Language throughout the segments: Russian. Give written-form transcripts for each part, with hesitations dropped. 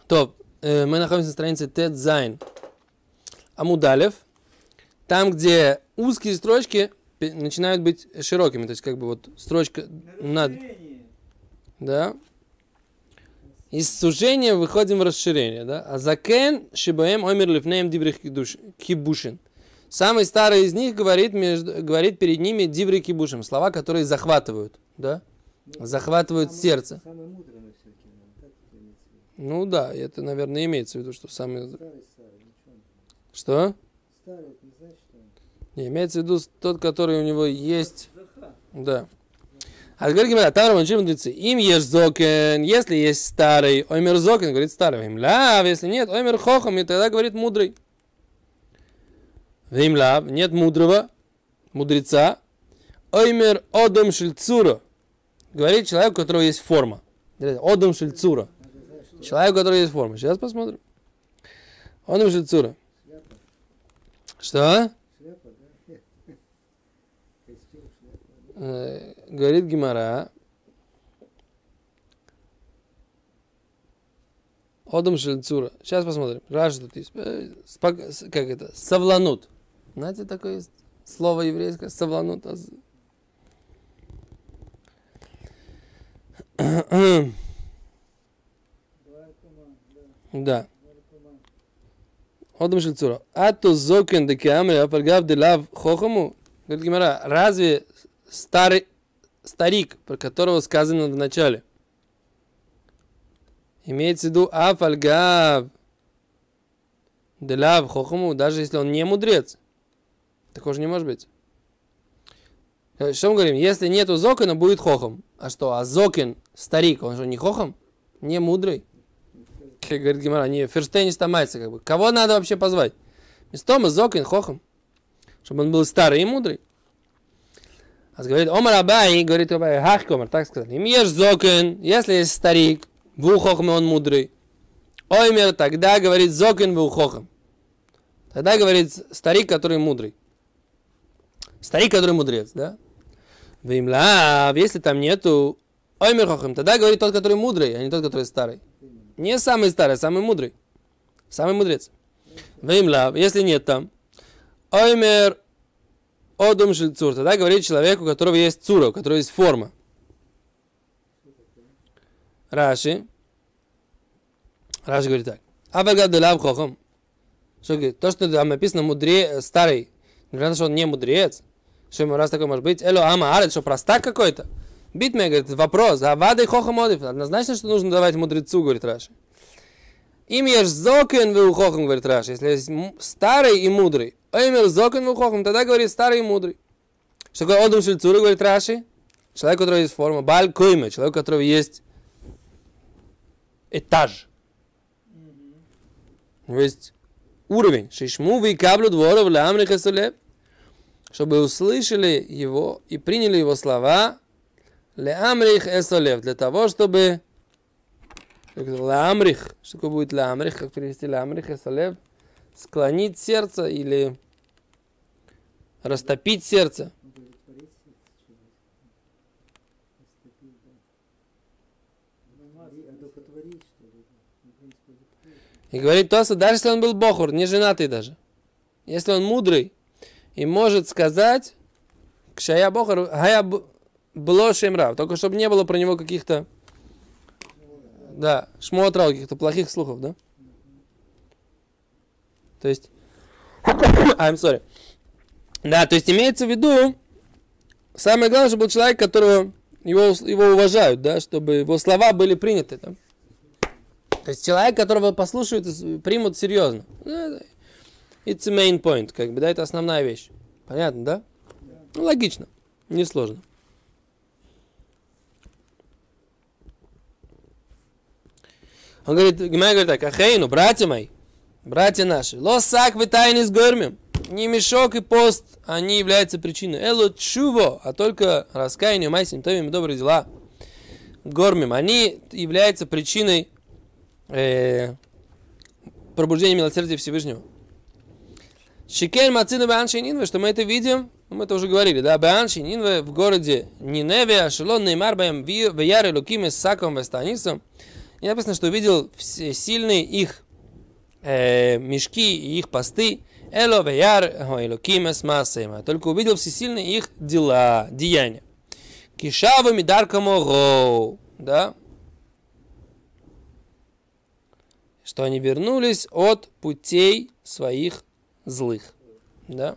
То, мы находимся на странице Тет Зайн Амудалев, там, где узкие строчки начинают быть широкими, то есть как бы вот строчка над... Да. Из сужения выходим в расширение, да? А закен шибаем омер лифнеем диврих кибушин. Самый старый из них говорит перед ними диврих кибушин, слова, которые захватывают, да? Захватывают сердце. Ну да, это, наверное, имеется в виду, что самый... Что? Не, имеется в виду тот, который у него есть... Да. А говорит Гимара, там романчим мудрецы, им ешь зокен, если есть старый, оймер зокен, говорит старый, им лав, если нет, оймер хохом, и тогда говорит мудрый. Им лав, нет мудрого, мудреца, оймер одом шельцура, говорит человек, у которого есть форма. Одом шельцура. Человек, у которого есть форма. Сейчас посмотрим. Одом шельцура. Что? Говорит Гимара, Одам Шельцура. Сейчас посмотрим. Раши тут есть. Как это? Савланут. Знаете, такое есть слово еврейское? Савланут. Да. Одам Шельцура. Ато зокен деке амри апаргав де лав хохаму. Говорит Гимара, разве старик, про которого сказано в начале, имеется в виду афальгав делав хохому, даже если он не мудрец. Такого же не может быть. Что мы говорим? Если нету зокена, будет хохом. А что? А зокен, старик, он же не хохом? Не мудрый? Как говорит Гимара, не ферштейн стамайся, как бы. Кого надо вообще позвать? Вместо зокен хохом. Чтобы он был старый и мудрый. А говорит, Омар Абай, говорит Абай, хахкомар, так сказать. Им ешь зокен, если есть старик, в ухохме он мудрый. Оймер, тогда говорит зокен в ухохом. Тогда говорит старик, который мудрый. Старик, который мудрец, да? Вимлав, если там нету оймер хохем, тогда говорит тот, который мудрый, а не тот, который старый. Не самый старый, а самый мудрый. Самый мудрец. Вимлав, если нет там оймер Одум шельцур, тогда говорит человеку, у которого есть цура, у которого есть форма. Раши говорит так. Афагад делав хохом. Что говорит? То, что там написано старый, несмотря на то, что он не мудрец, что ему раз такое может быть, эло ама арет, что простак какой-то. Битме, говорит, вопрос, а вады хохом одив. Однозначно, что нужно давать мудрецу, говорит Раши. Им ешь зокен в ухохом, говорит Раши, если есть старый и мудрый. Оймер зокен в ухохом, тогда говорит старый и мудрый. Что такое одум шельцура, говорит Раши? Человек, у которого есть форма. Баль койме, человек, у которого есть этаж. У него есть уровень. Шишму ви каблю дворов лямрих эсолев. Чтобы услышали его и приняли его слова лямрих эсолев. Для того, чтобы... Лямрих. Что такое будет лямрих? Как перевести лямрих эсолев? Склонить сердце или растопить сердце. И говорит Тоса, даже если он был бохур, не женатый даже, если он мудрый и может сказать, кшая бохур, хая было шемрав, только чтобы не было про него каких-то, да, шмотрал, каких-то плохих слухов, да? То есть, I'm sorry. Да, то есть имеется в виду, самое главное, чтобы был человек, которого его уважают, да, чтобы его слова были приняты. Да? То есть человек, которого послушают и примут серьезно. It's a main point, как бы, да, это основная вещь. Понятно, да? Ну, логично, несложно. Он говорит, Гимара говорит так, ахейну, братья мои, братья наши, лосак вы тайны с гормем. Не мешок и пост, они являются причиной. Эло чуво, а только раскаяние, майсим, товим и добрые дела. Гормим, они являются причиной пробуждения милосердия Всевышнего. Шикель мацину беанши нинве, что мы это видим, мы это уже говорили, да, беанши нинве в городе Ниневе, ашелон неймар баем веяр элоким с саком вестанисом, И написано, что увидел все сильные их мешки и их посты. Эло веяр элокимес маасема. Только увидел всесильные их дела, деяния. Кишава мидарка мого. Да? Что они вернулись от путей своих злых. Да?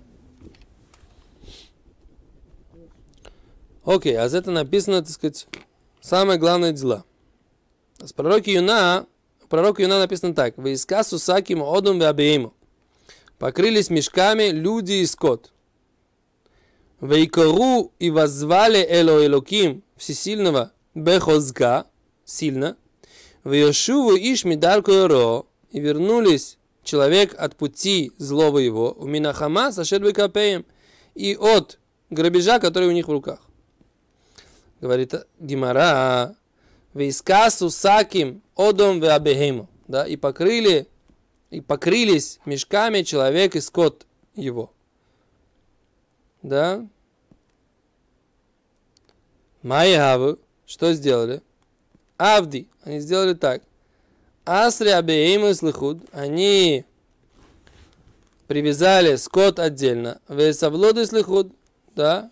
Окей, а это написано, так сказать, самое главное дела. С пророка Юна написано так. Войска сусаким одум веабеему. Покрылись мешками люди и скот. Вейкору и воззвали Эло Элоким, всесильного, Бехозга, сильно. Вейошуву иш мидарку ро, и вернулись человек от пути злого его, у Минахама сашед векапеем, и от грабежа, который у них в руках. Говорит Гимара, войска сусаким одом веабехему, да, и покрылись мешками человек и скот его. Да? Майяву, что сделали? Авди, они сделали так. Асри абеиму слыхуд, они привязали скот отдельно. Весавлоды слыхуд, да?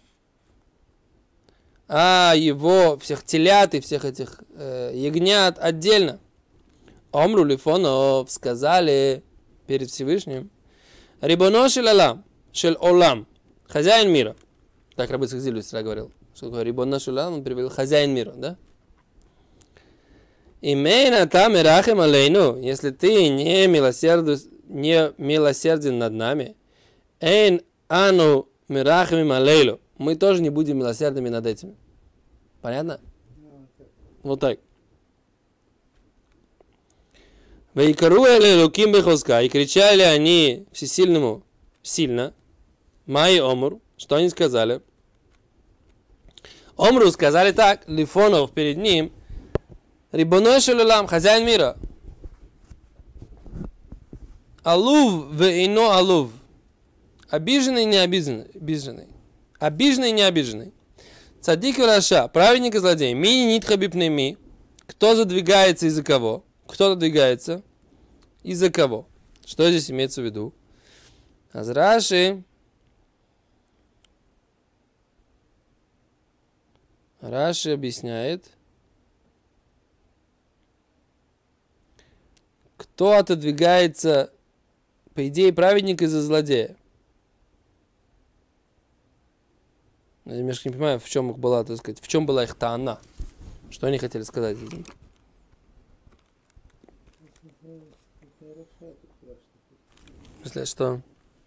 А его, всех телят и всех этих ягнят отдельно. Омру лифонов, сказали перед Всевышним. Рибоно шель олам, хозяин мира. Так Рабби Ицхак Зильбер всегда говорил. Что такое рибоно шель олам, он перевел хозяин мира, да? Имейна там ирахем алейну, если ты не милосерден над нами, эйн ану мирахем алейлу, мы тоже не будем милосердными над этими. Понятно? Вот так. Вейкару эле луким бехозка, и кричали они всесильному сильно. Май омур, что они сказали? Омру сказали так, лифонов перед ним, Рибоной шелулам, хозяин мира. Алув вейно алув. Обиженный и не обиженный. Обиженный и не обиженный. Цадик и раша, праведник и злодей. Мини нит хабибнеми. Кто задвигается из-за кого? Кто задвигается? Из-за кого? Что здесь имеется в виду? Раши объясняет, кто отодвигается, по идее, праведник из-за злодея. Я немножко не понимаю, в чем их была, так сказать, в чем была их таана. Что они хотели сказать? В смысле, что?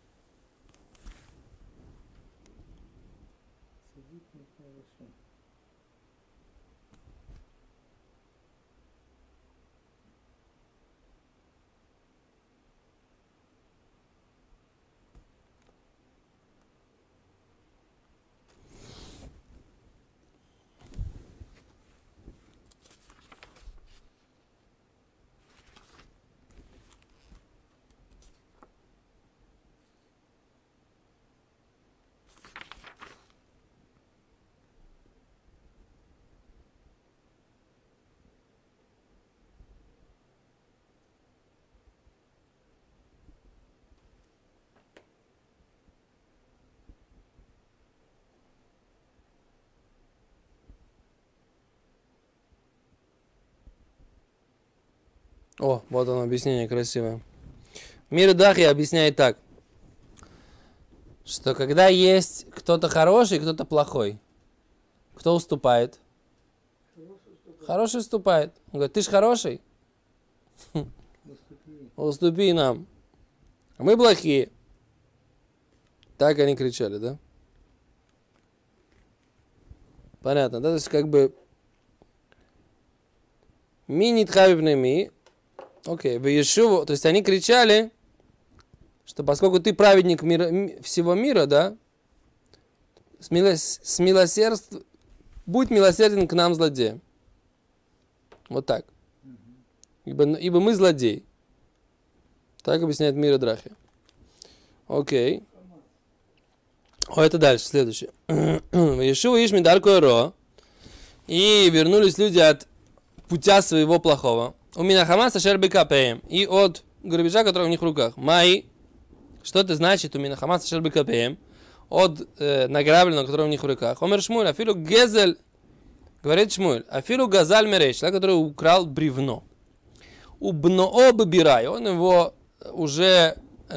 О, вот оно, объяснение красивое. Мир Дахи объясняет так, что когда есть кто-то хороший, кто-то плохой, кто уступает? Хороший уступает. Он говорит, ты ж хороший, уступи нам. А мы плохие. Так они кричали, да? Понятно, да? То есть как бы ми хабибный ми. Окей, в Иешуву, то есть они кричали, что поскольку ты праведник всего мира, да, будь милосерден к нам, злодеям. Вот так. Ибо мы злодеи. Так объясняет Мира Драхи. Окей. Это дальше, следующее. В Иешуву иш мидарку ро. И вернулись люди от путя своего плохого. У Минахамаса Шербекапеем. И от грабежа, который у них в руках. Май. Что это значит у Минахамаса Шербекапеем? От награбленного, который у них в руках. Омер Шмуль, афилу гезель. Говорит Шмуль, афилу газаль мереш, который украл бревно. У бноо бирай. Он его уже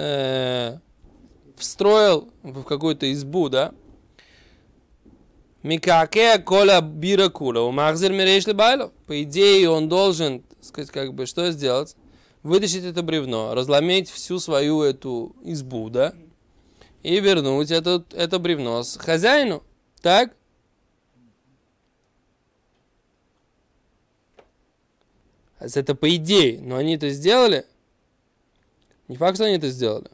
встроил в какую-то избу, да? Микаке кола бира кула. У махзер мереш лебайло. По идее, он должен, сказать, как бы, что сделать? Вытащить это бревно, разломить всю свою эту избу, да? И вернуть это бревно с хозяину. Так? Это по идее. Но они это сделали? Не факт, что они это сделали.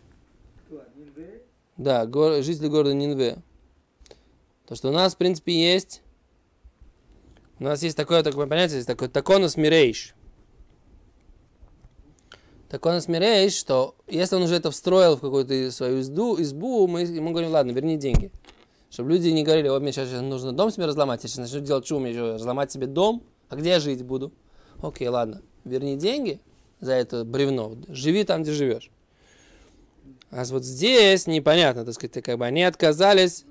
Да, жители города Нинве. То, что у нас, в принципе, есть... У нас есть такое понятие, есть такое таконос мирейш. Таконос мирейш, что если он уже это встроил в какую-то свою избу, мы ему говорим, ладно, верни деньги. Чтобы люди не говорили, мне сейчас нужно дом себе разломать, я сейчас начну делать шум, мне еще разломать себе дом, а где я жить буду? Окей, ладно, верни деньги за это бревно, живи там, где живешь. А вот здесь непонятно, так сказать, как бы они отказались.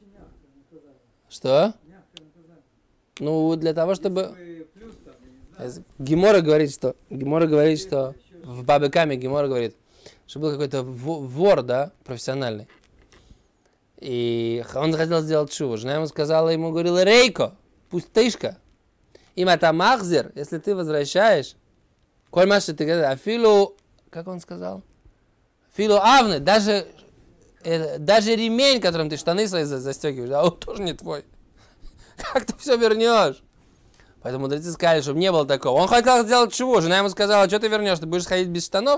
Что? Ну, для того, чтобы... Гемора говорит, что в Бабе Каме Гемора говорит, что был какой-то вор, да, профессиональный. И он захотел сделать шуву. Жена ему сказала, говорила, Рейко, пустышка. Им это махзер, если ты возвращаешь, коль маши ты говоришь, афилу, как он сказал? Афилу авны, даже ремень, которым ты штаны свои застегиваешь, а он тоже не твой. Как ты все вернешь? Поэтому мудрецы сказали, чтобы не было такого. Он хотел сделать чего? Жена ему сказала, что ты вернешь? Ты будешь ходить без штанов?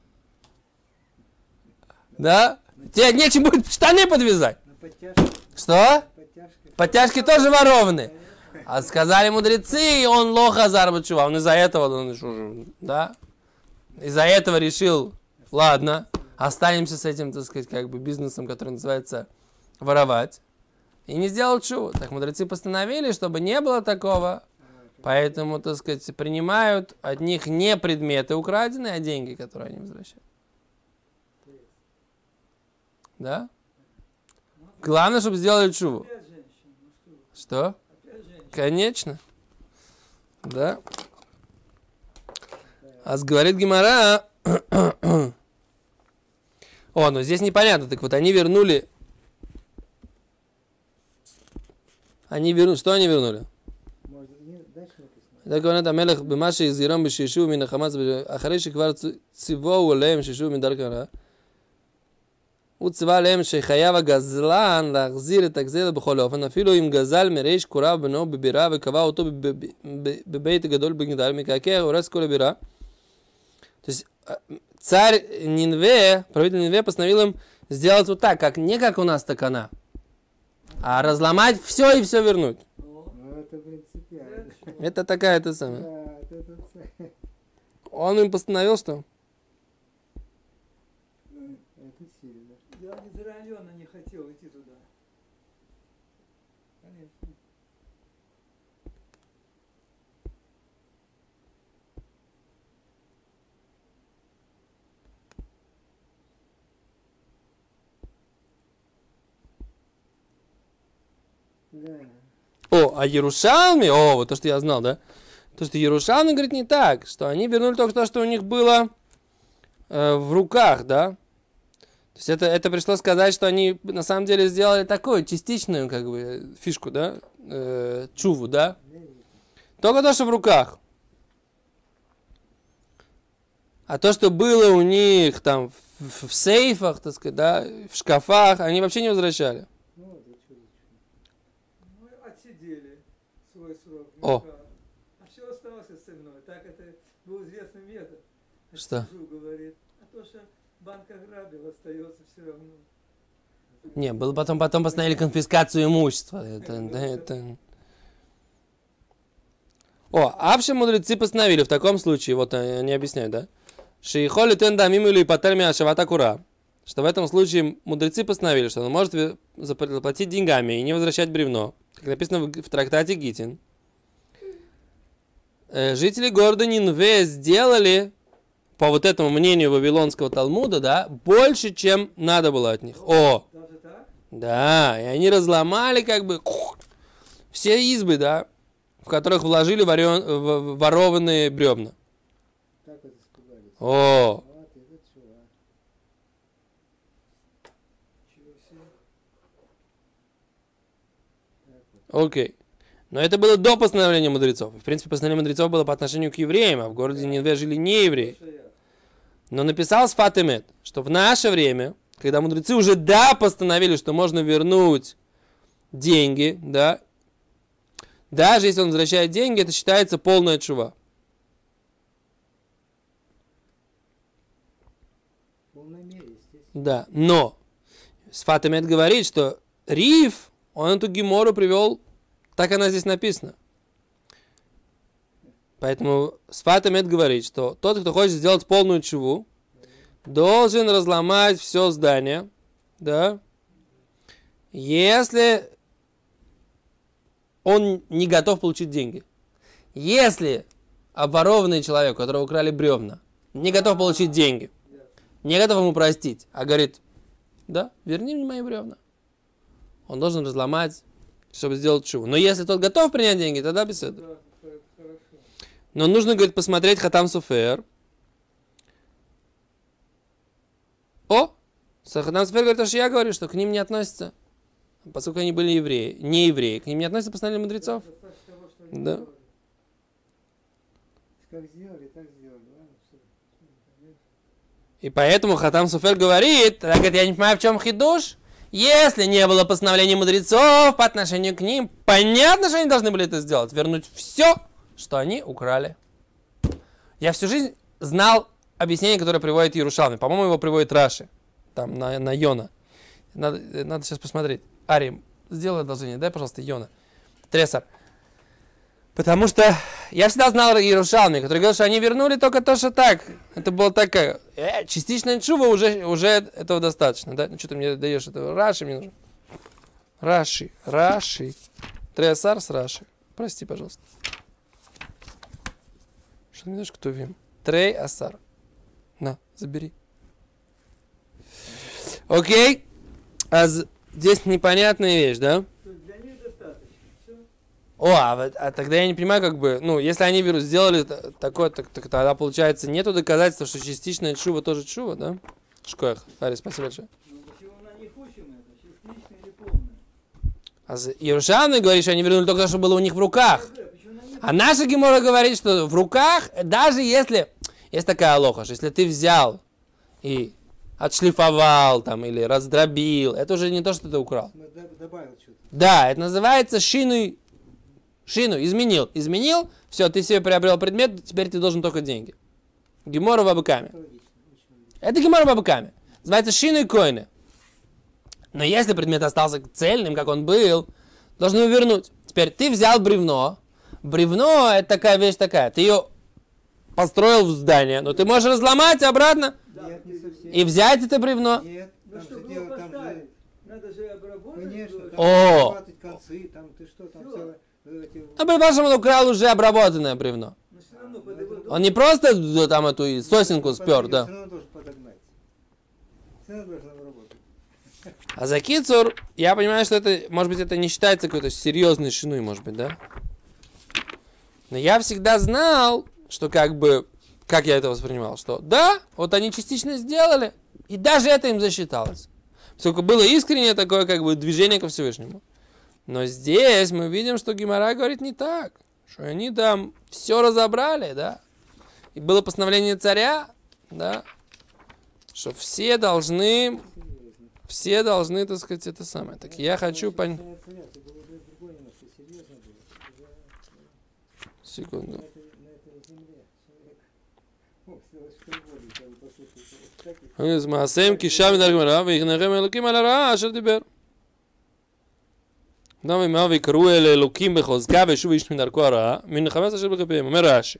Да? Тебе нечем будет штаны подвязать. Что? Подтяжки тоже ворованы. А сказали мудрецы, он лоха зарбачува. Он из-за этого, да? Из-за этого решил, ладно, останемся с этим, так сказать, как бы бизнесом, который называется воровать. И не сделал чуву. Так мудрецы постановили, чтобы не было такого. Поэтому, так сказать, принимают от них не предметы украденные, а деньги, которые они возвращают. Да? Главное, чтобы сделали чуву. Что? Конечно. Да. А говорит Гемара... О, ну здесь непонятно. Так вот, они вернули... Что они вернули? Так говорит Амелех, бемаши из Ирам бешишу мин хамас, אחרי שכבר ציווהו עליהם שישוב מדרכם רע, הוא ציווה עליהם שחייב הגזלן להחזיר את הגזל בכל אופן, אפילו אם גזל מריש קוריו בנו בבירה וקבע אותו בבית הגדול בגדל, מקעקע הורס כל הבירה. То есть царь Нинве, правитель Нинве постановил им сделать вот так, как не как у нас такана, а разломать все и все вернуть. Это такая, это самая. Он им постановил, что? Это сильно. Да, не за района не хотел идти туда. Конечно. Да. О, а Иерушалми, вот то, что я знал, да? То, что Иерушалми говорит не так, что они вернули только то, что у них было в руках, да? То есть это пришло сказать, что они на самом деле сделали такую частичную, как бы, фишку, да? Чуву, да? Только то, что в руках. А то, что было у них там в сейфах, так сказать, да, в шкафах, они вообще не возвращали. Отсидели свой срок. О. А все осталось со мной. Так это был известный метод. Что? Говорит. А то, что банк ограбил, остается все равно. Не, было потом постановили конфискацию имущества. Это... А все мудрецы постановили в таком случае, вот они объясняют, да? Шейхоли тен дамим или патальми ашавата кура. Что в этом случае мудрецы постановили, что он может заплатить деньгами и не возвращать бревно. Как написано в трактате Гитин. жители города Нинве сделали, по вот этому мнению Вавилонского Талмуда, да, больше, чем надо было от них. О! Даже так? Да, и они разломали как бы все избы, да, в которых вложили ворованные бревна. Так вот испугались. О! Вот это чувак. Чего себе. Окей. Но это было до постановления мудрецов. В принципе, постановление мудрецов было по отношению к евреям, а в городе Нинве жили не евреи. Но написал Сфат Эмет, что в наше время, когда мудрецы уже постановили, что можно вернуть деньги, да, даже если он возвращает деньги, это считается полная тшува. В полной мере, естественно. Да, но Сфат Эмет говорит, что Риф, он эту гемору привел, так она здесь написана. Поэтому Сфат Эмет говорит, что тот, кто хочет сделать полную тшуву, должен разломать все здание, да, если он не готов получить деньги. Если обворованный человек, у которого украли бревна, не готов получить деньги, не готов ему простить, а говорит, да, верни мне мои бревна, он должен разломать, чтобы сделать тшуву. Но если тот готов принять деньги, тогда без этого. Да, хорошо. Но нужно, говорит, посмотреть Хатам Софер. Хатам Софер говорит, что я говорю, что к ним не относится, поскольку они были евреи, не евреи, к ним не относится постановление мудрецов. Достаточно того, что они Да. делали. Как сделали, так сделали. Ладно, все. И поэтому Хатам Софер говорит, так говорит, я не понимаю, в чем хидуш. Если не было постановления мудрецов по отношению к ним, понятно, что они должны были это сделать. Вернуть все, что они украли. Я всю жизнь знал объяснение, которое приводит Иерушалми. По-моему, его приводит Раши. Там, на Йона. Надо сейчас посмотреть. Ари, сделай одолжение. Дай, пожалуйста, Йона. Тресар. Потому что я всегда знал Иерушалми, который говорил, что они вернули только то, что так. Это было такая частичная тшува, уже этого достаточно. Да? Ну, что ты мне даешь? Это Раши мне нужно. Раши. Тресар с Раши. Прости, пожалуйста. Что ты мне даешь, кто вим? Трей Асар. На, забери. Окей. А здесь непонятная вещь, да? То есть для них достаточно. Все. А тогда я не понимаю, как бы, ну, если они сделали такое, так тогда получается нету доказательства, что частичная тшува тоже тшува, да? Шкоях. Ари, спасибо большое. Ну, почему на них учим это? Частично или полное? А Иерушалми говорит, что они вернули только то, что было у них в руках. Почему на них? А наша Гемора говорит, что в руках, даже если... Есть такая алоха, что если ты взял и отшлифовал там, или раздробил, это уже не то, что ты украл. Добавил что-то. Да, это называется шину, изменил, все, ты себе приобрел предмет, теперь ты должен только деньги. Гемора в Абакаме. Это логично, очень логично. Это Гемора в Абакаме. Называется шину и койны. Но если предмет остался цельным, как он был, должен его вернуть. Теперь ты взял бревно. Бревно это такая вещь такая. Ты ее построил в здание, но ты можешь разломать обратно Нет, не совсем. и взять это бревно. Нет, Ну, там же чтобы дело, его там же... поставить, надо же обработать. Конечно, его. там О! обрабатывать концы, там ты что, там Всё. целое... эти- А предположим, он украл уже обработанное бревно. Но все равно под его Он не просто там эту сосенку спер, да. Все равно должен подогнать. Все равно должен обработать. А за кицур, я понимаю, что это, может быть, это не считается какой-то серьезной шиной, может быть, да? Но я всегда знал, что как бы, как я это воспринимал, что да, вот они частично сделали, и даже это им засчиталось. Поскольку было искреннее такое, как бы, движение ко Всевышнему. Но здесь мы видим, что Гемара говорит не так, что они там все разобрали, да? И было постановление царя, да, что все должны, так сказать, это самое. Так я хочу понять. Это было бы другое немножко, серьезно было. Секунду. На этой земле человек мог сделать что угодно, когда послушался. Вот так и מעשיהם כי שם מדבר גמרא, ויגנכם אלוקים על הרעה אשר דיבר. אדם אמר ויקראו אל אלוקים בחוזקה ושוב איש מדרכו הרעה, מן חמץ אשר בכפיהם. אומר רש"י.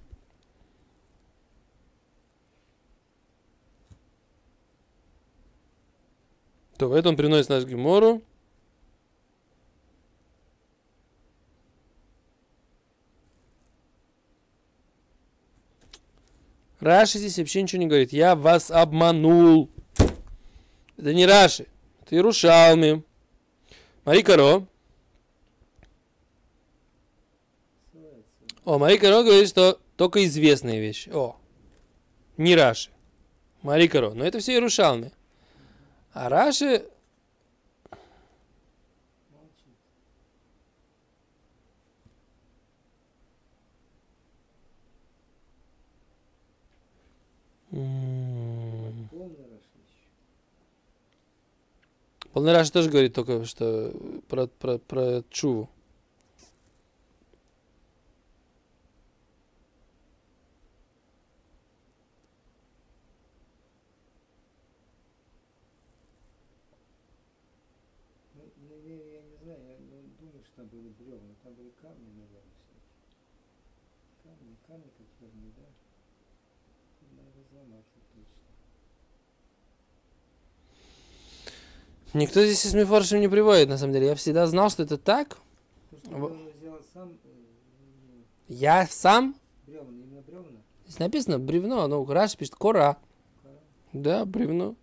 טוב, это он приносит наш Гемору. Раши здесь вообще ничего не говорит. Я вас обманул. Это не Раши. Это Иерушалми. Мари Каро. О, Мари Каро говорит, что только известные вещи. О, не Раши. Мари Каро. Но это все Иерушалми. А Раши... Полный Раши тоже говорит только что про Чуву. Я не знаю, я думаю, что там были бревна, там были камни, наверное, всякие. Камни как верны, да? Надо разломать точно. Никто здесь из Мефоршем не приводит, на самом деле. Я всегда знал, что это так. Он взял сам... Я сам? Бревна, именно бревна? Здесь написано бревно, но Раши пишет кора. Да, бревно.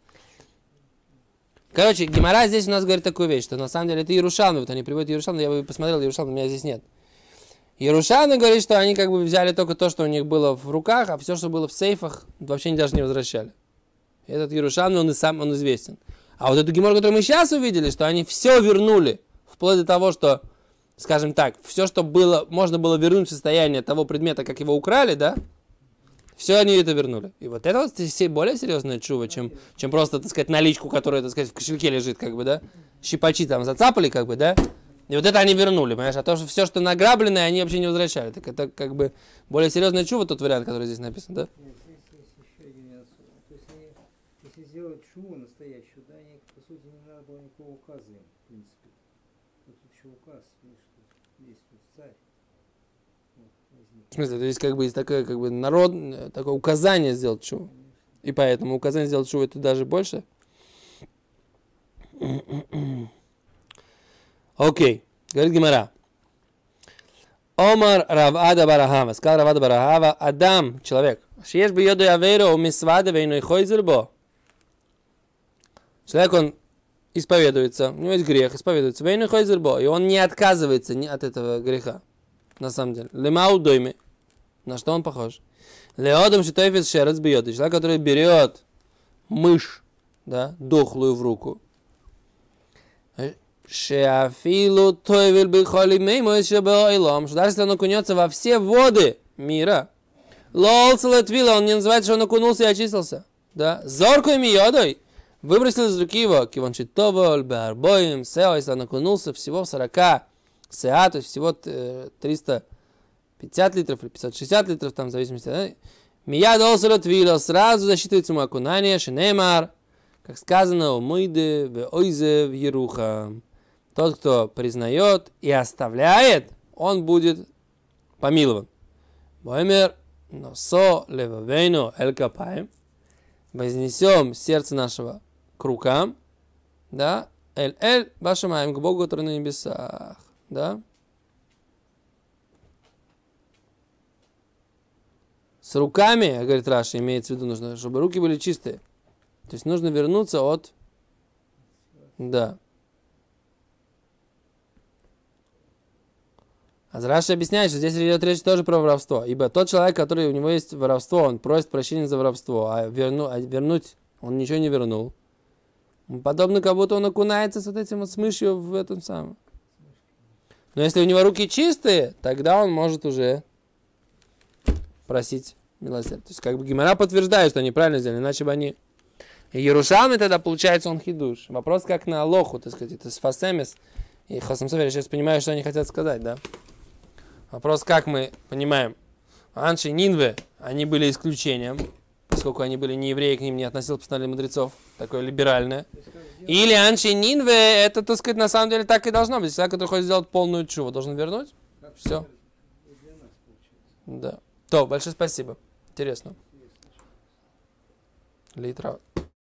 Короче, Гемара здесь у нас говорит такую вещь, что на самом деле это Иерушалми, вот они приводят Иерушалми, я бы посмотрел Иерушалми, у меня здесь нет. Иерушалми говорит, что они как бы взяли только то, что у них было в руках, а все, что было в сейфах, вообще они даже не возвращали. Этот Иерушалми, он известен. А вот эту Гемору, которую мы сейчас увидели, что они все вернули, вплоть до того, что, скажем так, все, что было, можно было вернуть в состояние того предмета, как его украли, да, все они это вернули. И вот это вот более серьезная чува, чем просто, так сказать, наличку, которая, так сказать, в кошельке лежит, как бы, да, щипачи там зацапали, как бы, да, и вот это они вернули, понимаешь, а то, что все, что награбленное, они вообще не возвращали. Так это, как бы, более серьезная чува, тот вариант, который здесь написан, да? Нет, здесь есть еще один нюанс. То есть они, если сделать чуву настоящую, да, они, по сути, не надо было никакого указа им, в принципе. Вот тут еще указ, видишь, тут есть тут царь. Вот, возник. В смысле, то есть, как бы, есть такое, как бы, такое указание сделать чуву. И поэтому указание сделать чуву это даже больше. Окей, говорит Гемара. Омар Равада Барахава. Сказал Равада Барахава, Адам, человек. Шиеш бы йоду явейро у мисвада вейной хойзербо. Человек, он исповедуется, у него есть грех, исповедуется. Вейной хойзербо. И он не отказывается от этого греха. На самом деле. Лемау дойми. На что он похож? Леодом шитойфис шерец бьет. Человек, который берет мышь, да, дохлую в руку. Шеафилу тойвил бихоли меймой шебеойлом. Что даже если он окунется во все воды мира, лолцелетвила, он не называет, что он окунулся и очистился. Да? Зоркой миодой. Выбросил из руки его. Кивончитовол, беарбоем, сео, если он окунулся всего в 40 сеа, то есть всего 350 литров или 560 литров, там в зависимости. Да? Мия долселетвила, сразу засчитывается ему окунание, шинемар, как сказано, у Мойде, в Ойзе, в Еруха. Тот, кто признает и оставляет, он будет помилован. Боймер, носо левавейну эль капаем. Вознесем сердце нашего к рукам. Да? Эль башамаем, к Богу, который на небесах. Да? С руками, говорит Раши, имеется в виду, нужно, чтобы руки были чистые. То есть нужно вернуться от... Да. А Раши объясняет, что здесь идет речь тоже про воровство. Ибо тот человек, который у него есть воровство, он просит прощения за воровство, а вернуть он ничего не вернул. Подобно, как будто он окунается с вот этим вот с мышью в этом самом. Но если у него руки чистые, тогда он может уже просить милосердия. То есть как бы Гемара подтверждает, что они правильно сделали, иначе бы они... И Иерушалми тогда получается он хидуш. Вопрос как на Алоху, так сказать, это с Фасемис и Хосам Софер. Я сейчас понимаю, что они хотят сказать, да? Вопрос, как мы понимаем. Анши и Нинве, они были исключением, поскольку они были не евреи, к ним не относилось постановление мудрецов, такое либеральное. Или Анши и Нинве, это, так сказать, на самом деле так и должно быть. Человек, который хочет сделать полную чуву, должен вернуть. Все. Да. То, большое спасибо. Интересно. Литра.